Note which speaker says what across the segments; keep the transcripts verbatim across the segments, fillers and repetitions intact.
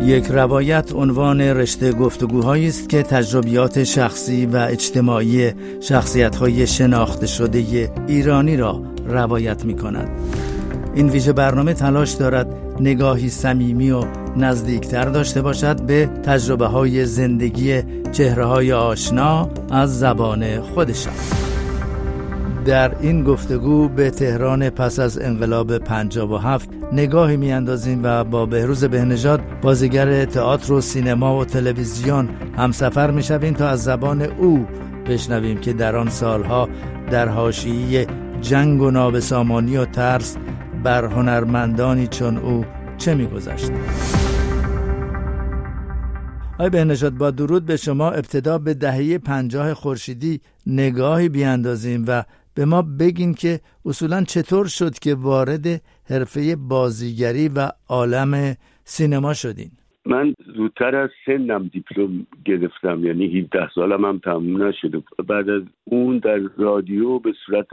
Speaker 1: یک روایت عنوان رشته گفتگوهایی است که تجربیات شخصی و اجتماعی شخصیت‌های شناخته شده ایرانی را روایت می‌کند. این ویژه برنامه تلاش دارد نگاهی صمیمی و نزدیکتر داشته باشد به تجربه‌های زندگی چهره‌های آشنا از زبان خودشان. در این گفتگو به تهران پس از انقلاب پنجاه و هفت نگاهی میاندازیم و با بهروز بهنژاد، بازیگر تئاتر و سینما و تلویزیون، همسفر میشویم تا از زبان او بشنویم که در آن سالها در حاشیه جنگ و نابسامانی و ترس بر هنرمندانی چون او چه میگذشت. آقای بهنژاد، با درود به شما، ابتدا به دهه پنجاه خورشیدی نگاهی بیاندازیم و به ما بگین که اصولاً چطور شد که وارد حرفه بازیگری و عالم سینما شدین؟
Speaker 2: من زودتر از سنم دیپلم گرفتم، یعنی هفده سالم هم تموم نشده. بعد از اون در رادیو به صورت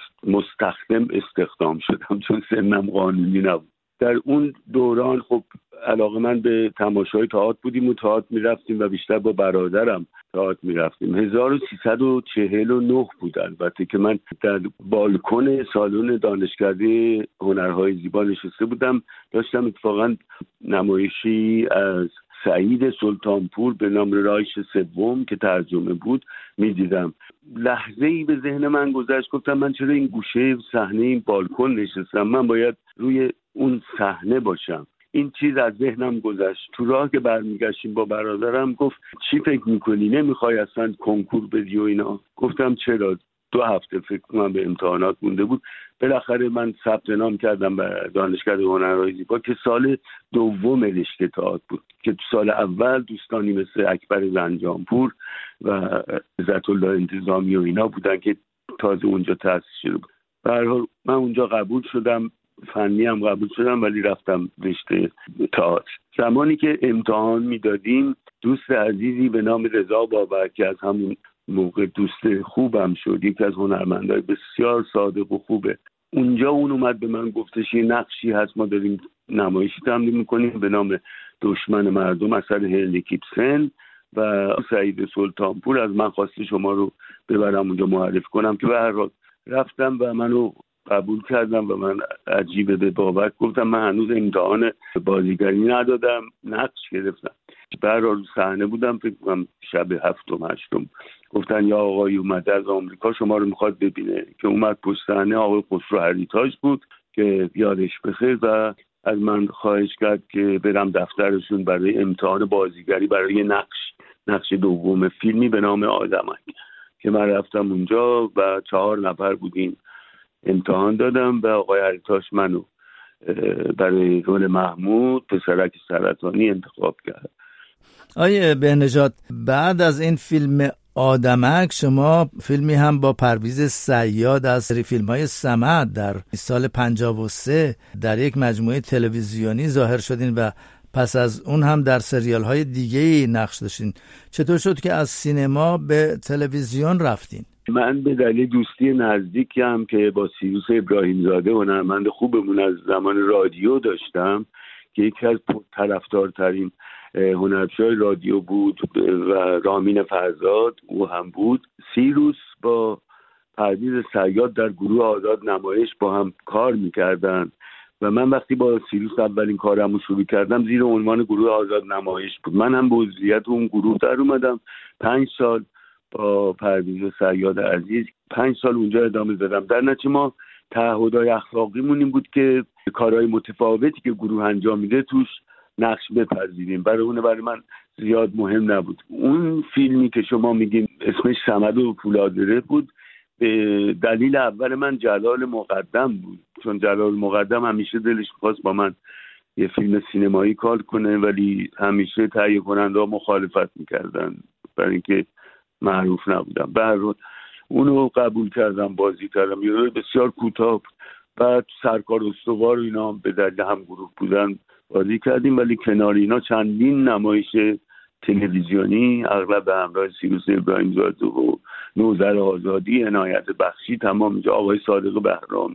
Speaker 2: مستخدم استخدام شدم چون سنم قانونی نبود. در اون دوران خب علاقه من به تماشای تئاتر بودیم و تئاتر میرفتیم و بیشتر با برادرم تئاتر میرفتیم. هزار و سیصد و چهل و نه بود البته که من در بالکن سالن دانشکده هنرهای زیبا نشسته بودم. داشتم اتفاقا نمایشی از سعید سلطانپور به نام رایش سوم که ترجمه بود میدیدم. لحظه ای به ذهن من گذشت، گفتم من چرا این گوشه صحنه این بالکن نشستم؟ من باید روی اون صحنه باشم. این چیز از ذهنم گذشت. تو راه که برمیگشتیم با برادرم گفت چی فکر میکنی؟ نمیخوای اصلا کنکور بدی و اینا؟ گفتم چرا؟ دو هفته فکر کنم به امتحانات مونده بود. بالاخره من ثبت نام کردم به دانشکده هنرهای زیبا که سال دوم رشته تئاتر بود، که تو سال اول دوستانی مثل اکبر زنجانپور و عزت الله انتظامی و اینا بودن که تازه اونجا تأسیس شده بود. به هر حال من اونجا قبول شدم، فنی هم قبول شدم، ولی رفتم رشته تئاتر. زمانی که امتحان میدادیم دوست عزیزی به نام رضا بابک که از همون موقع دوست خوبم شد، یکی از هنرمندای بسیار صادق و خوبه، اونجا اون اومد به من گفتش یه نقشی هست، ما داریم نمایشی تمرین میکنیم به نام دشمن مردم اثر هنری کیپسن و سعید سلطانپور از من خواسته شما رو ببرم اونجا معرفی کنم، که به هر حال رفتم و منو قبول کردم و من عجیبه به بابک گفتم من هنوز امتحان بازیگری ندادم، نقش گرفتم. به هر حال صحنه بودم، فکر کنم شب هفتم هشتم، گفتن یا آقای اومده از آمریکا شما رو میخواد ببینه. که اومد پشت صحنه آقای خسرو هریتاج بود که یادش بخیر و از من خواهش کرد که برم دفترشون برای امتحان بازیگری برای نقش نقش دوم فیلمی به نام آدمک، که من رفتم اونجا و چهار نفر بودیم، امتحان دادم و آقای هریتاج منو برای رول محمود پسرک سرطانی انتخاب کرد.
Speaker 1: آیه بهنژاد، بعد از این فیلم آدمک شما فیلمی هم با پرویز صیاد از سری فیلم‌های صمد در سال پنجاه و سه در یک مجموعه تلویزیونی ظاهر شدین و پس از اون هم در سریال‌های دیگه‌ای نقش داشتین. چطور شد که از سینما به تلویزیون رفتین؟
Speaker 2: من به دلیل دوستی نزدیکم که با سیروس ابراهیمزاده هنرمند خوبمون از زمان رادیو داشتم که یکی از طرفدارترین هنرپیشه‌های رادیو بود و رامین فرزاد او هم بود. سیروس با پرویز صیاد در گروه آزاد نمایش با هم کار میکردن و من وقتی با سیروس اولین کارمو شروع کردم زیر عنوان گروه آزاد نمایش بود. من هم به عضویت اون گروه در اومدم. پنج سال با پرویز صیاد عزیز پنج سال اونجا ادامه دادم. در نتیجه ما تعهدهای اخلاقیمون این بود که کارهای متفاوتی که گروه انجام میده توش نقش بپذیریم. برای اون برای من زیاد مهم نبود. اون فیلمی که شما میگین اسمش صمد و پولادره بود، به دلیل اول من جلال مقدم بود، چون جلال مقدم همیشه دلش خواست با من یه فیلم سینمایی کار کنه، ولی همیشه تهیه کننده ها مخالفت میکردن برای اینکه معروف نبودم. به هر حال اونو قبول کردم، بازی کردم. یه بسیار کوتاه بود. بعد سرکار استوار و اینا به دلیل هم گروه بودن بازی کردیم، ولی کنار اینا چندین نمایش تلویزیونی اغلب به همراه سیروس ابراهیمزاده و نوذر آزادی، عنایت بخشی، تمام جا آقای صادق بهرامی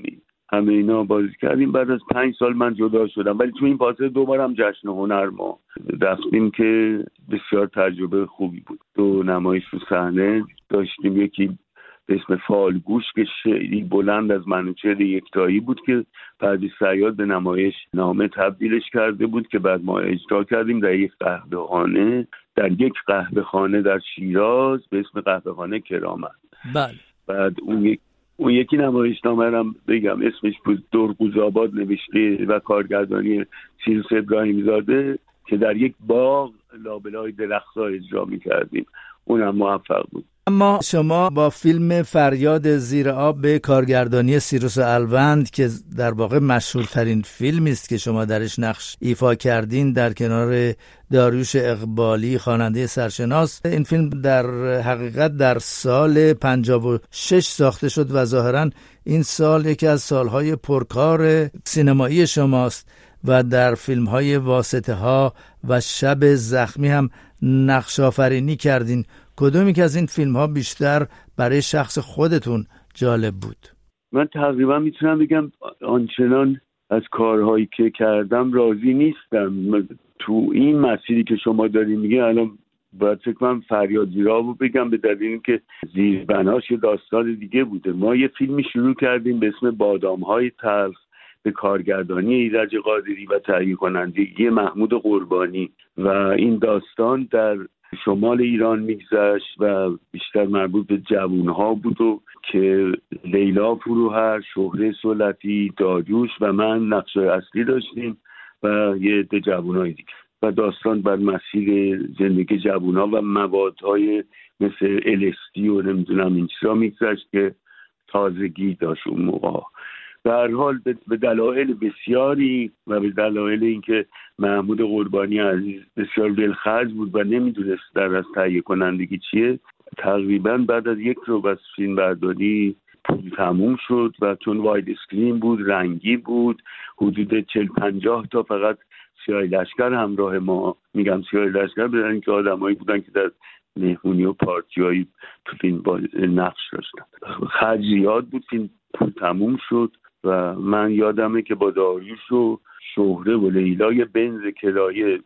Speaker 2: همه اینا بازی کردیم. بعد از پنج سال من جدا شدم، ولی تو این فاصله دوبارم جشن هنر ما رفتیم که بسیار تجربه خوبی بود. دو نمایش رو صحنه داشتیم، یکی به اسم فالگوش که شعری بلند از منوچهر یکتایی بود که پرویز صیاد به نمایش نامه تبدیلش کرده بود که بعد ما اجرا کردیم در یک قهوه‌خانه در یک قهوه‌خانه در شیراز به اسم قهوه‌خانه کرامت.
Speaker 1: بله.
Speaker 2: بعد اون یک اون یکی نمایشنامه هم بگم اسمش بود درقوزآباد نوشته و کارگردانی سیروس ابراهیم زاده که در یک باغ لابلای درخت‌ها اجرا می‌کردیم. اونم موفق بود.
Speaker 1: اما شما با فیلم فریاد زیر آب به کارگردانی سیروس الوند که در واقع مشهورترین فیلمی است که شما درش نقش ایفا کردین در کنار داریوش اقبالی خواننده سرشناس، این فیلم در حقیقت در سال پنجاه و شش ساخته شد و ظاهراً این سال یکی از سالهای پرکار سینمایی شماست و در فیلم‌های واسطه ها و شب زخمی هم نقش آفرینی کردین. کدومی که از این فیلم ها بیشتر برای شخص خودتون جالب بود؟
Speaker 2: من تقریبا میتونم بگم آنچنان از کارهایی که کردم راضی نیستم. تو این مسیری که شما دارین میگه الان باید فکر کنم فریاد زیر آب رو بگم، به دلیل اینکه زیربناش داستان دیگه بوده. ما یه فیلمی شروع کردیم به اسم بادام‌های تلخ به کارگردانی ایرج قادری و تهیه کنندگی محمود قربانی و این داستان در شمال ایران میگذشت و بیشتر مربوط به جوانها بود و که لیلا فروهر، شهره سلطی، داریوش و من نقش اصلی داشتیم و یه عده جوانای دیگه و داستان بر مسیر زندگی جوانها و موادهای مثل ال‌اس‌دی و نمیدونم این چیزا میگذشت که تازگی داشت اون موقع. به هر حال به دلایل بسیاری و به دلایل اینکه محمود قربانی عزیز بسیار دلخرج بود و نمیدونست در از تهیه کنندگی چیه، تقریبا بعد از یک رو بس فیلم برداری پول تموم شد و چون واید اسکرین بود، رنگی بود، حدود چهل پنجاه تا فقط سیاهی لشکر همراه ما، میگم سیاهی لشکر بدن اینکه آدمایی بودن که در مهمونی و پارتیایی تو فیلم با نقش داشتن. خرج زیاد بود، فیلم پول تموم شد و من یادمه که با داریوش و شهره و لیلا یه بنز کرایه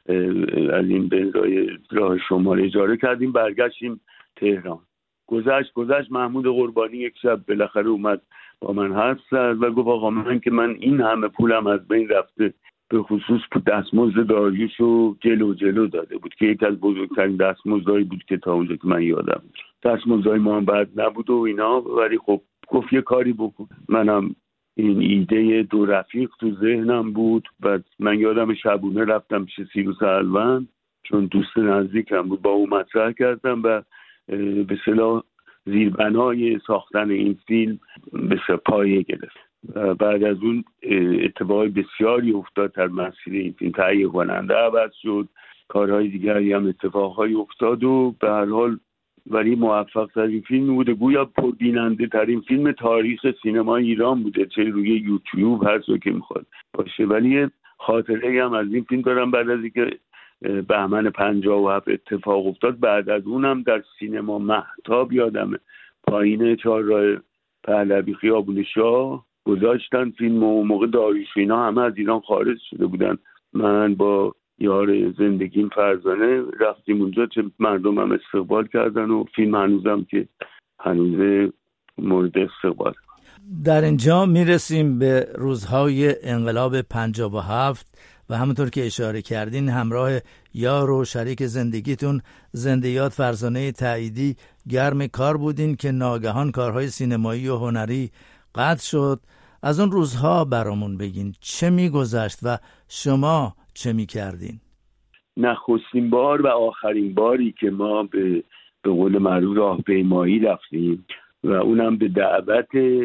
Speaker 2: از این بنزای راه شمال اجاره کردیم، برگشتیم تهران. گذشت گذشت محمود قربانی یک شب بالاخره اومد با من حرف زد و گفت آقا من که من این همه پولم از بین رفته، به خصوص دستمزد داریوش رو جلو جلو داده بود که یک از بزرگترین دستمزدایی بود که تا اونجا که من یادم. دستمزدای ما هم بد نبود و اینا، ولی خب گفت یه کاری بکن. منم این ایده دو رفیق تو ذهنم بود. بعد من یادم شبونه رفتم پیش سیروس الوند چون دوست نزدیکم بود، با او مطرح کردم و به اصطلاح زیربنای ساختن این فیلم به پایه گرفت. بعد از اون اتفاقای بسیاری افتاد در مسیر این فیلم، تهیه کننده عوض شد، کارهای دیگری هم اتفاقهای افتاد و به هر حال ولی موفق ترین فیلم بوده، گویا پربیننده ترین فیلم تاریخ سینما ایران بوده، چه روی یوتیوب هر جا که میخواد باشه. ولی خاطره هم از این فیلم دارم، بعد از اینکه بهمن پنجاه و هفت اتفاق افتاد، بعد از اونم در سینما مهتاب یادمه پایین چهارراه پهلوی خیابون شاه گذاشتن فیلم و موقع داریوش اینا همه از ایران خارج شده بودن. من با یار زندگیم فرزانه رفتیم اونجا، چه مردم هم استقبال کردن و فیلم هنوزم که هنوز مورد استقبال.
Speaker 1: در اینجا میرسیم به روزهای انقلاب پنجاه و هفت و همونطور که اشاره کردین همراه یار و شریک زندگیتون زنده‌یاد فرزانه تاییدی گرم کار بودین که ناگهان کارهای سینمایی و هنری قطع شد. از اون روزها برامون بگین چه میگذشت و شما چه میکردین؟
Speaker 2: نخستین بار و آخرین باری که ما به به قول معروف راهپیمایی رفتیم و اونم به دعوت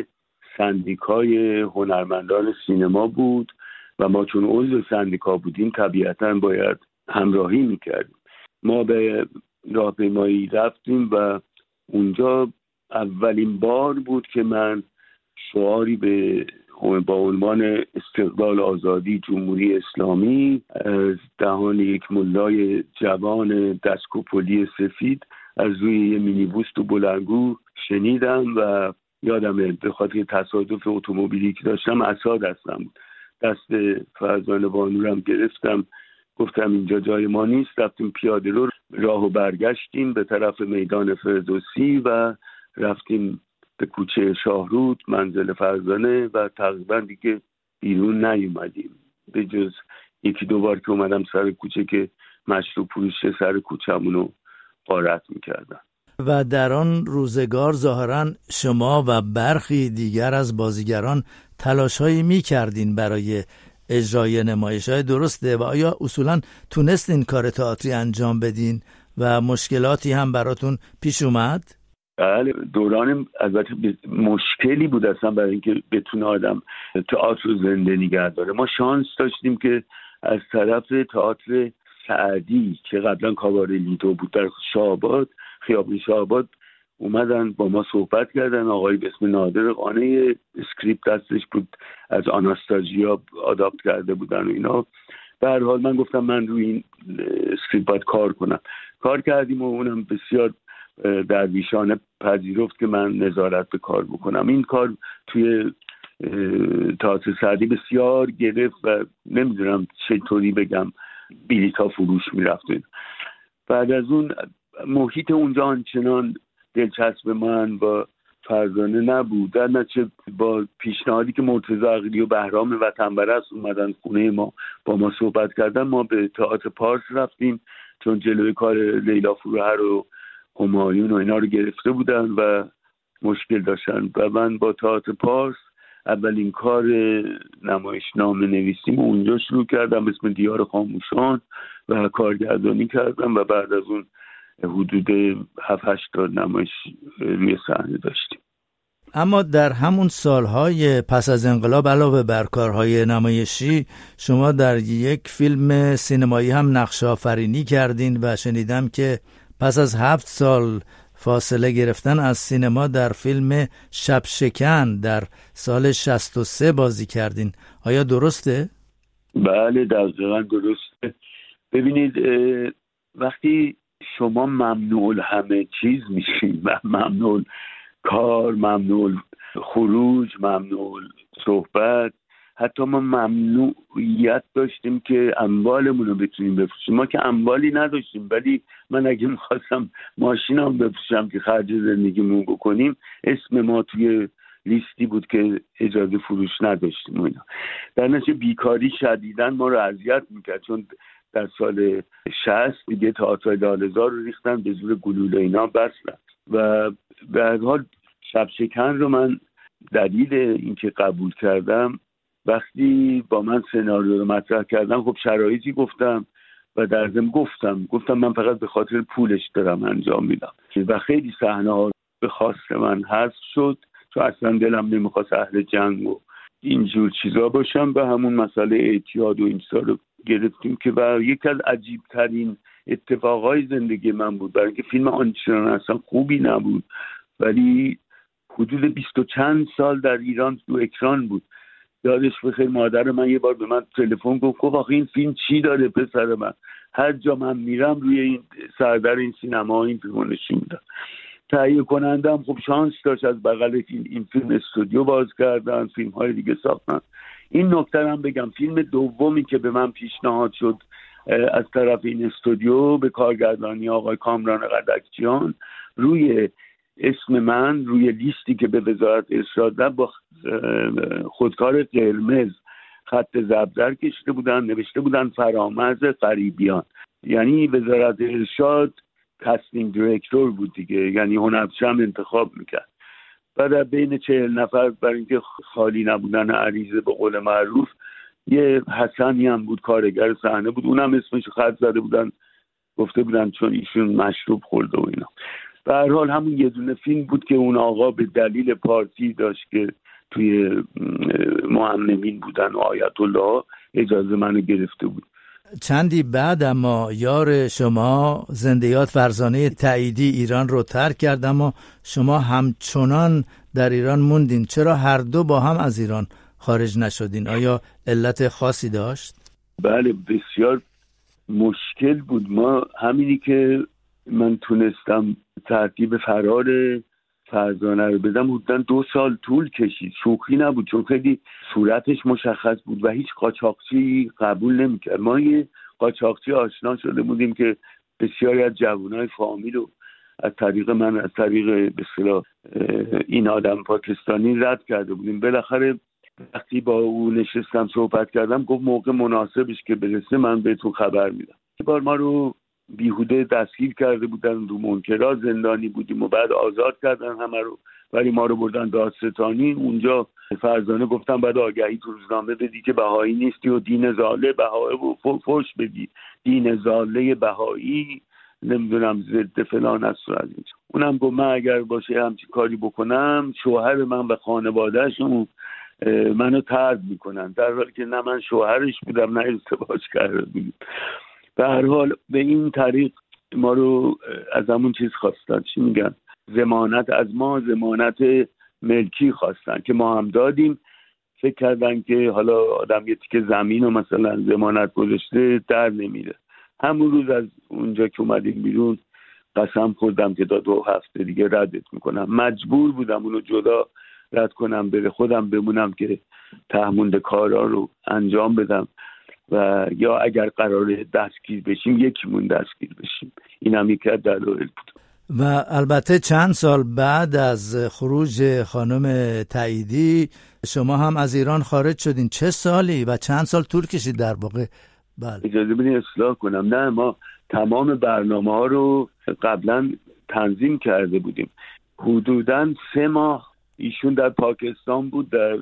Speaker 2: سندیکای هنرمندان سینما بود و ما چون عضو سندیکا بودیم طبیعتاً باید همراهی میکردیم. ما به راهپیمایی رفتیم و اونجا اولین بار بود که من شعاری به با عنوان استقلال آزادی جمهوری اسلامی از دهان یک ملای جوان دستکوپولی سفید از روی یه مینیبوس تو بلندگو شنیدم و یادمه به خاطر تصادف اتومبیلی که داشتم عصا دستم بود، دست فرزانه بانو هم گرفتم، گفتم اینجا جای ما نیست. رفتیم پیاده رو راهو برگشتیم به طرف میدان فردوسی و رفتیم به کوچه شاهرود منزل فرزانه و تقریبا دیگه بیرون نیومدیم به جز یکی دو بار که اومدم سر کوچه که مشروب فروشه سر کوچه‌مونو غارت میکردن.
Speaker 1: و در آن روزگار ظاهراً شما و برخی دیگر از بازیگران تلاش‌هایی می‌کردین برای اجرای نمایش‌های، درسته؟ و آیا اصولاً تونستین کار تئاتری انجام بدین و مشکلاتی هم براتون پیش اومد؟
Speaker 2: بله، دوران البته مشکلی بود اصلا برای اینکه بتونه آدم تئاتر رو زنده نگه داره. ما شانس داشتیم که از طرف تئاتر سعدی که قبلا کاباره لیدو بود در شاه‌آباد، خیابون شاه‌آباد، اومدن با ما صحبت کردن. آقایی به اسم نادر قانع اسکریپت دستش بود، از آناستازیا آداپت کرده بودن و اینا. به هر حال من گفتم من روی این اسکریپت باید کار کنم. کار کردیم و اونم بسیار درویشانه پذیرفت که من نظارت به کار بکنم. این کار توی تئاتر سعدی بسیار گرفت و نمیدونم چطوری بگم بلیط‌ها فروش میرفت. بعد از اون محیط اونجا آنچنان دلچسب من با فرزانه نبود. در نتیجه با پیشنهادی که مرتضی عقیلی و بهرام وطنپرست اومدن خونه ما با ما صحبت کردن، ما به تئاتر پارس رفتیم، چون جلوی کار لیلا فروهر و همایون و اینا رو گرفته بودن و مشکل داشتن و من با تئاتر پارس اولین کار نمایشنامه نویسیم اونجا شروع کردم به اسم دیار خاموشان و کارگردانی کردم و بعد از اون حدود هفت هشت تا نمایش روی صحنه داشتیم.
Speaker 1: اما در همون سالهای پس از انقلاب علاوه بر کارهای نمایشی شما در یک فیلم سینمایی هم نقش آفرینی کردین و شنیدم که پس از هفت سال فاصله گرفتن از سینما در فیلم شب شکن در سال شصت و سه بازی کردین. آیا درسته؟
Speaker 2: بله دقیقاً درسته. ببینید وقتی شما ممنوع همه چیز میشین و ممنوع کار، ممنوع خروج، ممنوع صحبت، حتی ما ممنوعیت داشتیم که اموالمون رو بتونیم بفروشیم. ما که اموالی نداشتیم، ولی من اگه میخواستم ماشینم بفروشم که خرج زندگیمون بکنیم، اسم ما توی لیستی بود که اجازه فروش نداشتیم. اینا در نتیجه بیکاری شدیداً ما رو اذیت میکرد، چون در سال شصت دیگه تئاتر لاله‌زار رو ریختن به زور گلوله اینا بستن و به هر حال شب شکن رو من دلیل اینکه قبول کردم، وقتی با من سناریو رو مطرح کردم خب شرایطی گفتم و در ضمن گفتم گفتم من فقط به خاطر پولش دارم انجام میدم و خیلی صحنه ها به خواست من حذف شد، چون اصلا دلم نمیخواست اهل جنگ و اینجور چیزا باشم. به همون مسئله اعتیاد و این چیزا رو گرفتیم که و یکی از عجیب ترین اتفاقای زندگی من بود، برای اینکه فیلم آنچنان اصلا خوبی نبود ولی حدود بیست و چند سال در ایران تو اکران بود. یادش بخیر مادر من یه بار به من تلفن گفت گفت آخه این فیلم چی داره پسر من، هر جا من میرم روی این سردر این سینما این فیلمو نشون میدن. تهیه کنندم خب شانس داشت از بغل این, این فیلم استودیو باز کردن، فیلم های دیگه ساختن. این نکته هم بگم، فیلم دومی که به من پیشنهاد شد از طرف این استودیو به کارگردانی آقای کامران قدکچیان، روی اسم من روی لیستی که به وزارت ارشاد با خودکار قرمز خط زبدر کشیده بودن، نوشته بودن فرامرز غریبیان، یعنی وزارت ارشاد کاستینگ دیرکتور بود دیگه، یعنی هنرپیشه هم انتخاب میکرد. بعد بین چهل نفر برای اینکه خالی نبودن عریضه به قول معروف، یه حسنی هم بود کارگر صحنه بود، اونم اسمش خط زده بودن، گفته بودن چون ایشون مشروب خورده و اینا. به هر حال همون یه دونه فیلم بود که اون آقا به دلیل پارتی داشت که توی معممین بودن و آیت الله اجازه منو گرفته بود.
Speaker 1: چندی بعد اما یار شما زنده‌یاد فرزانه تاییدی ایران رو ترک کرد، اما شما همچنان در ایران موندین. چرا هر دو با هم از ایران خارج نشدین؟ آیا علت خاصی داشت؟
Speaker 2: بله بسیار مشکل بود. ما همینی که من تونستم ترتیب فرار فرزانه رو بدم حدوداً دو سال طول کشید. شوخی نبود، چون خیلی صورتش مشخص بود و هیچ قاچاقچی قبول نمیکرد. ما یه قاچاقچی آشنا شده بودیم که بسیاری از جوانای فامیل رو از طریق من، از طریق به اصطلاح این آدم پاکستانی رد کرده بودیم. بالاخره وقتی با او نشستم صحبت کردم، گفت موقع مناسبش که برسه من بهتون خبر میدم. یه بار ما رو بیهوده دستگیر کرده بودن، رو منکرا زندانی بودیم و بعد آزاد کردن همه رو، ولی ما رو بردن دادستانی. اونجا فرزانه گفتم بعد آگهی تو روزنامه بدی که بهایی نیستی و دین زاله بهایی و فوش بدی، دین زاله بهایی نمیدونم ضد فلان است و از این. اونم گفت من اگر باشه همچین کاری بکنم شوهر من و خانواده‌شون منو طرد میکنن، در حالی که نه من شوهرش بودم نه ازدواج کرده بودیم. به هر حال به این طریق ما رو از همون چیز خواستن، چی میگن، ضمانت از ما، ضمانت ملکی خواستن که ما هم دادیم. فکر کردن که حالا آدم یه تیکه زمین رو مثلا ضمانت گذاشته در نمیره. همون روز از اونجا که اومدیم بیرون قسم خوردم که تا دو هفته دیگه ردت میکنم. مجبور بودم اونو جدا رد کنم، بره خودم بمونم که تهمونده کارا رو انجام بدم و یا اگر قراره دستگیر بشیم یکیمون دستگیر بشیم. این هم یکی از دلایل بود.
Speaker 1: و البته چند سال بعد از خروج خانم تاییدی شما هم از ایران خارج شدین. چه سالی و چند سال طول کشید در واقع؟ بله
Speaker 2: اجازه بدین اصلاح کنم. نه، ما تمام برنامه ها رو قبلا تنظیم کرده بودیم. حدوداً سه ماه ایشون در پاکستان بود، در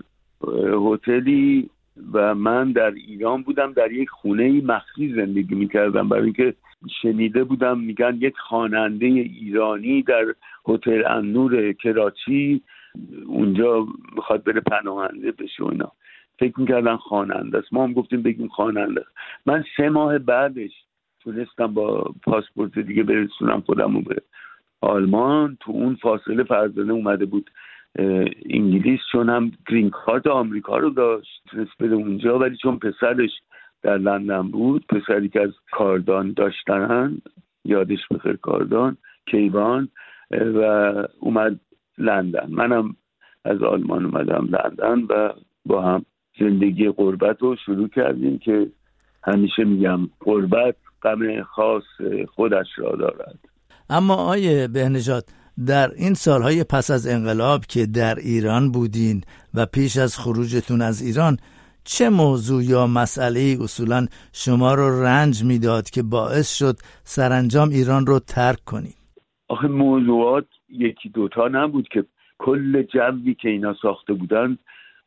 Speaker 2: هتلی، و من در ایران بودم، در یک خونه مخفی زندگی میکردم، برای اینکه شنیده بودم میگن یک خواننده ایرانی در هتل النور کراچی اونجا میخواد بره پناهنده بشه و اینا. فکر میکردن خواننده است، ما هم گفتیم بگیم خواننده است. من سه ماه بعدش تونستم با پاسپورت دیگه برسونم خودمو به آلمان. تو اون فاصله فرزانه اومده بود انگلیس، چون هم گرین کارت آمریکا رو داشت تونست بده اونجا، ولی چون پسرش در لندن بود، پسری که از کاردان داشتن، یادش بخیر کاردان، کیوان، و اومد لندن. منم از آلمان اومدم لندن و با هم زندگی غربت رو شروع کردیم که همیشه میگم غربت غم خاص خودش را دارد.
Speaker 1: اما آیه بهنژاد، در این سالهای پس از انقلاب که در ایران بودین و پیش از خروجتون از ایران، چه موضوع یا مسئله‌ای اصولاً شما رو رنج میداد که باعث شد سرانجام ایران رو ترک کنید؟
Speaker 2: آخه موضوعات یکی دوتا نبود که کل جوی که اینا ساخته بودن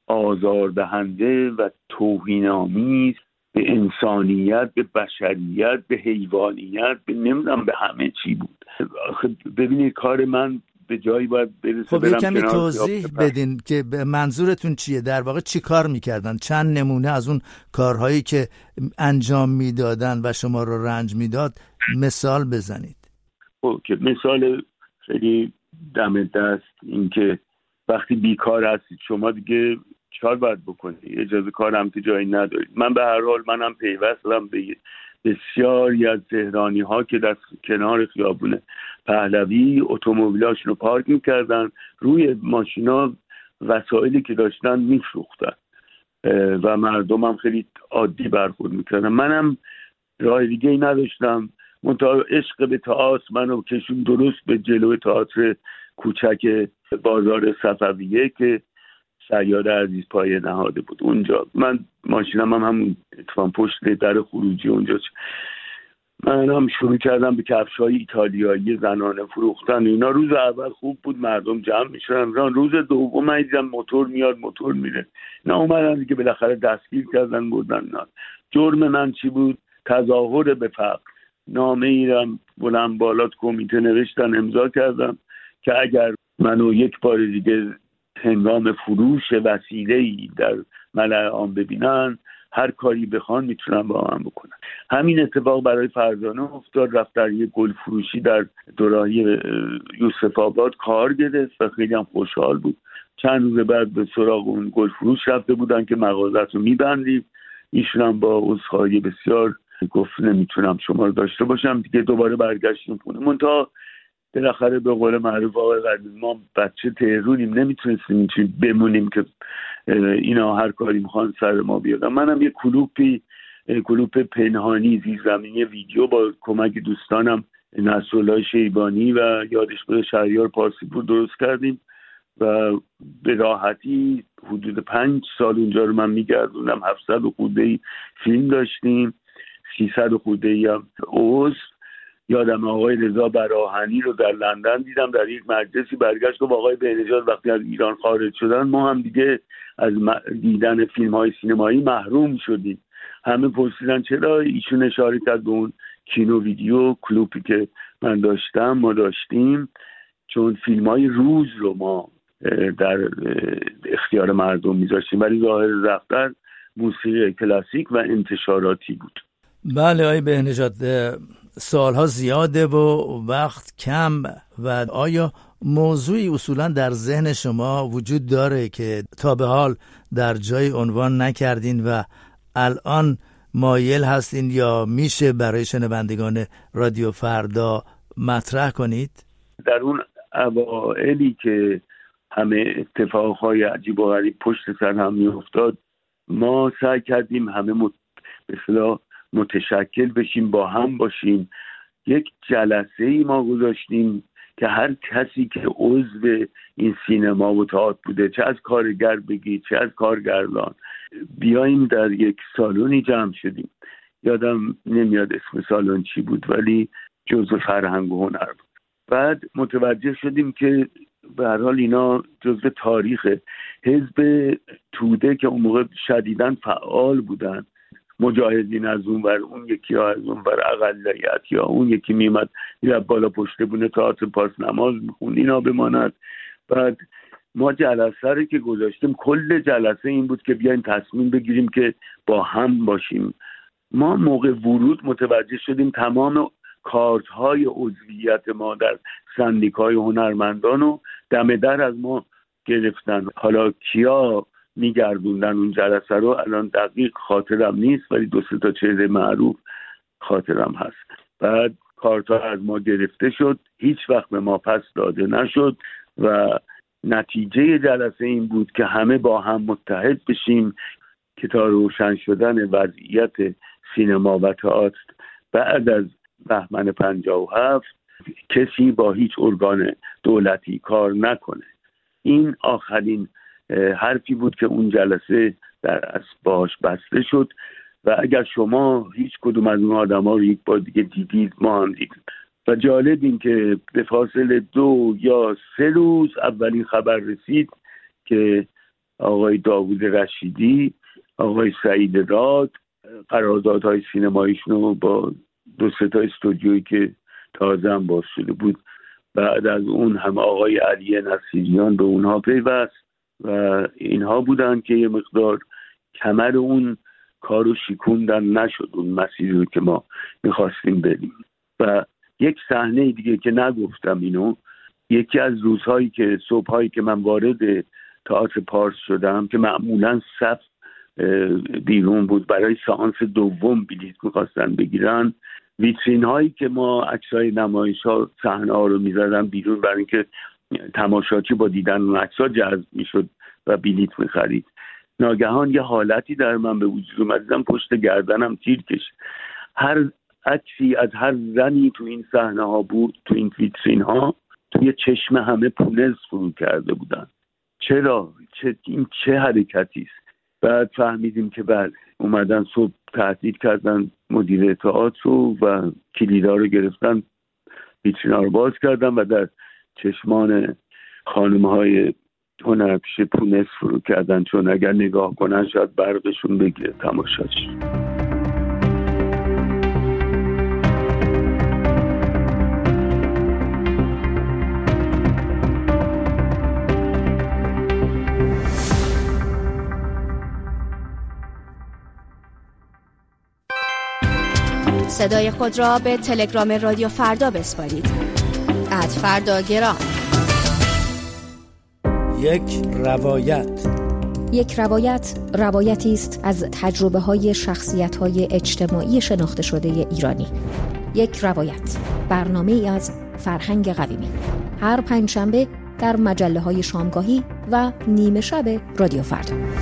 Speaker 2: آزاردهنده و توهین‌آمیز به انسانیت، به بشریت، به حیوانیت، به نمیدونم به همه چی بود. ببینید کار من به جایی باید برسه.
Speaker 1: خب یه کمی توضیح بدین که منظورتون چیه، در واقع چی کار میکردن؟ چند نمونه از اون کارهایی که انجام میدادن و شما رو رنج میداد مثال بزنید.
Speaker 2: خب که مثال خیلی دم دست این که وقتی بیکار هستید شما دیگه چهار باید بکنید، اجازه کارم که جایی ندارید. من به هر حال منم پیوستم به بسیاری از تهرانی ها که در کنار خیابون پهلوی اتومبیلاشون رو پارک میکردن، روی ماشینا وسایلی که داشتن میفروختن و مردم هم خیلی عادی برخورد میکردن. منم راه دیگه ای نداشتم، منتها عشق به تئاتر منو کشون درست به جلوی تئاتر کوچک بازار صفویه که شیاد عزیز پایه نهاده بود. اونجا من ماشینم هم همون اتفاقا پشت در خروجی اونجا. من هم شروع کردم به کفش‌های ایتالیایی زنانه فروختن. اینا روز اول خوب بود، مردم جمع می‌شدن. روز دوم من دیدم موتور میاد موتور میره. اینا اومدن دیگه بالاخره دستگیر کردن بردن. اینا جرم من چی بود؟ تظاهر به فقر. نامه ای را بلند بالات کمیته نوشتن، امضا کردم که اگر منو یک بار دیگه هنگام فروش وسیله‌ای در ملأ عام ببینن هر کاری بخوان میتونن با من بکنن. همین اتفاق برای فرزانه افتاد. رفت در یک گل فروشی در دوراهی یوسف آباد کار گرفت و خیلی هم خوشحال بود. چند روز بعد به سراغ اون گل فروش رفته بودن که مغازت رو میبندیم. ایشون هم با عذرخواهی بسیار گفت نمیتونم شما رو داشته باشم دیگه. دوباره برگشتیم خونه. منتها بالاخره به قول معروف آقای قدیم ما بچه تهرونیم، نمیتونستیم اینجوری بمونیم که اینا هر کاری میخوان سر ما بیادن. منم یه کلوپی کلوپ پنهانی زیرزمینی ویدیو با کمک دوستانم نصرالله شیبانی و یادش بده شهریار پارسیپور درست کردیم و به راحتی حدود پنج سال اونجا رو من میگردوندم. هفتصد و خورده فیلم داشتیم، سیصد و خورده هم عضو. یادم آقای رضا براهنی رو در لندن دیدم در یک مجلسی، برگشت گفت آقای بهنژاد وقتی از ایران خارج شدن ما هم دیگه از دیدن فیلم های سینمایی محروم شدیم. همه پرسیدن چرا؟ ایشون اشاره کرد به اون کینو ویدیو کلوپی که من داشتم ما داشتیم، چون فیلم های روز رو ما در اختیار مردم میذاشتیم، ولی ظاهر دفتر موسیقی کلاسیک و انتشاراتی بود.
Speaker 1: بله آقای بهنژاد، سالها زیاده و وقت کم، و آیا موضوعی اصولا در ذهن شما وجود داره که تا به حال در جای عنوان نکردین و الان مایل هستین یا میشه برای شنوندگان رادیو فردا مطرح کنید؟ در
Speaker 2: اون اوائلی که همه اتفاقهای عجیب و غریب پشت سر هم میافتاد، ما سعی کردیم همه مت... به اصطلاح متشکل بشیم، با هم باشیم. یک جلسه ای ما گذاشتیم که هر کسی که عضو این سینما و تئاتر بوده، چه از کارگر بگید چه از کارگردان، بیاییم در یک سالونی جمع شدیم. یادم نمیاد اسم سالن چی بود ولی جزء فرهنگ و هنر بود. بعد متوجه شدیم که به هر حال اینا جزء تاریخ حزب توده که اون موقع شدیداً فعال بودن، مجاهدین از اون ور، اون یکی ها از اون ور اقلیت، یا اون یکی میمد یا بالا پشته بونه تئاتر پاس نماز میخوند، اینا بماند. بعد ما جلسه رو که گذاشتیم، کل جلسه این بود که بیاین تصمیم بگیریم که با هم باشیم. ما موقع ورود متوجه شدیم تمام کارت های عضویت ما در سندیکای هنرمندان رو دم در از ما گرفتن. حالا کیا میگردوندن اون جلسه رو الان دقیق خاطرم نیست، ولی دو سه تا چهره معروف خاطرم هست. بعد کارت ها از ما گرفته شد، هیچ وقت به ما پس داده نشد و نتیجه جلسه این بود که همه با هم متحد بشیم که تا روشن شدن وضعیت سینما و تئاتر بعد از بهمن پنجاه و هفت کسی با هیچ ارگان دولتی کار نکنه. این آخرین حرفی بود که اون جلسه در اسباش بسته شد و اگر شما هیچ کدوم از اون آدم ها رو یک بار دیگه دیدید، ما هم دیدیم. و جالب این که به فاصله دو یا سه روز اولین خبر رسید که آقای داوود رشیدی، آقای سعید راد قراردادهای سینماییشون رو با دو سه تا استودیویی که تازه هم باز شده بود، بعد از اون هم آقای علی نصیریان به اونها پیوست و اینها بودن که یه مقدار کمر اون کارو شکوندن، نشد اون مسیری رو که ما میخواستیم بریم. و یک صحنه دیگه که نگفتم اینو، یکی از روزهایی که صبحهایی که من وارد تئاتر پارس شدم که معمولا صف بیرون بود، برای سئانس دوم بلیط میخواستن بگیرن، ویترین هایی که ما عکسای نمایش ها صحنه ها رو میزدن بیرون برای اینکه تماشاچی با دیدن اون عکس‌ها جذب میشد و بلیط میخرید. ناگهان یه حالتی در من به وجود اومد، دیدم پشت گردنم تیر کشید. هر عکسی از هر زنی تو این صحنه ها بود، تو این ویترین ها، توی چشم همه پونز فرو کرده بودن. چرا؟ چه این چه حرکتی است؟ بعد فهمیدیم که بعد اومدن صبح تهدید کردن مدیر تئاتر و کلیدا رو گرفتن، ویترینا رو باز کردن و در چشمان خانم‌های هنرپیشه پونز فرو کردن، چون اگر نگاه کنن شاید برقشون بگیره تماشاش.
Speaker 3: صدای خود را به تلگرام رادیو فردا بسپارید. ات فردا گرام.
Speaker 1: یک روایت.
Speaker 4: یک روایت روایتی است از تجربه های شخصیت های اجتماعی شناخته شده ایرانی. یک روایت، برنامه ای از فرهنگ قویمی. هر پنجشنبه در مجله های شامگاهی و نیمه شب رادیو فردا.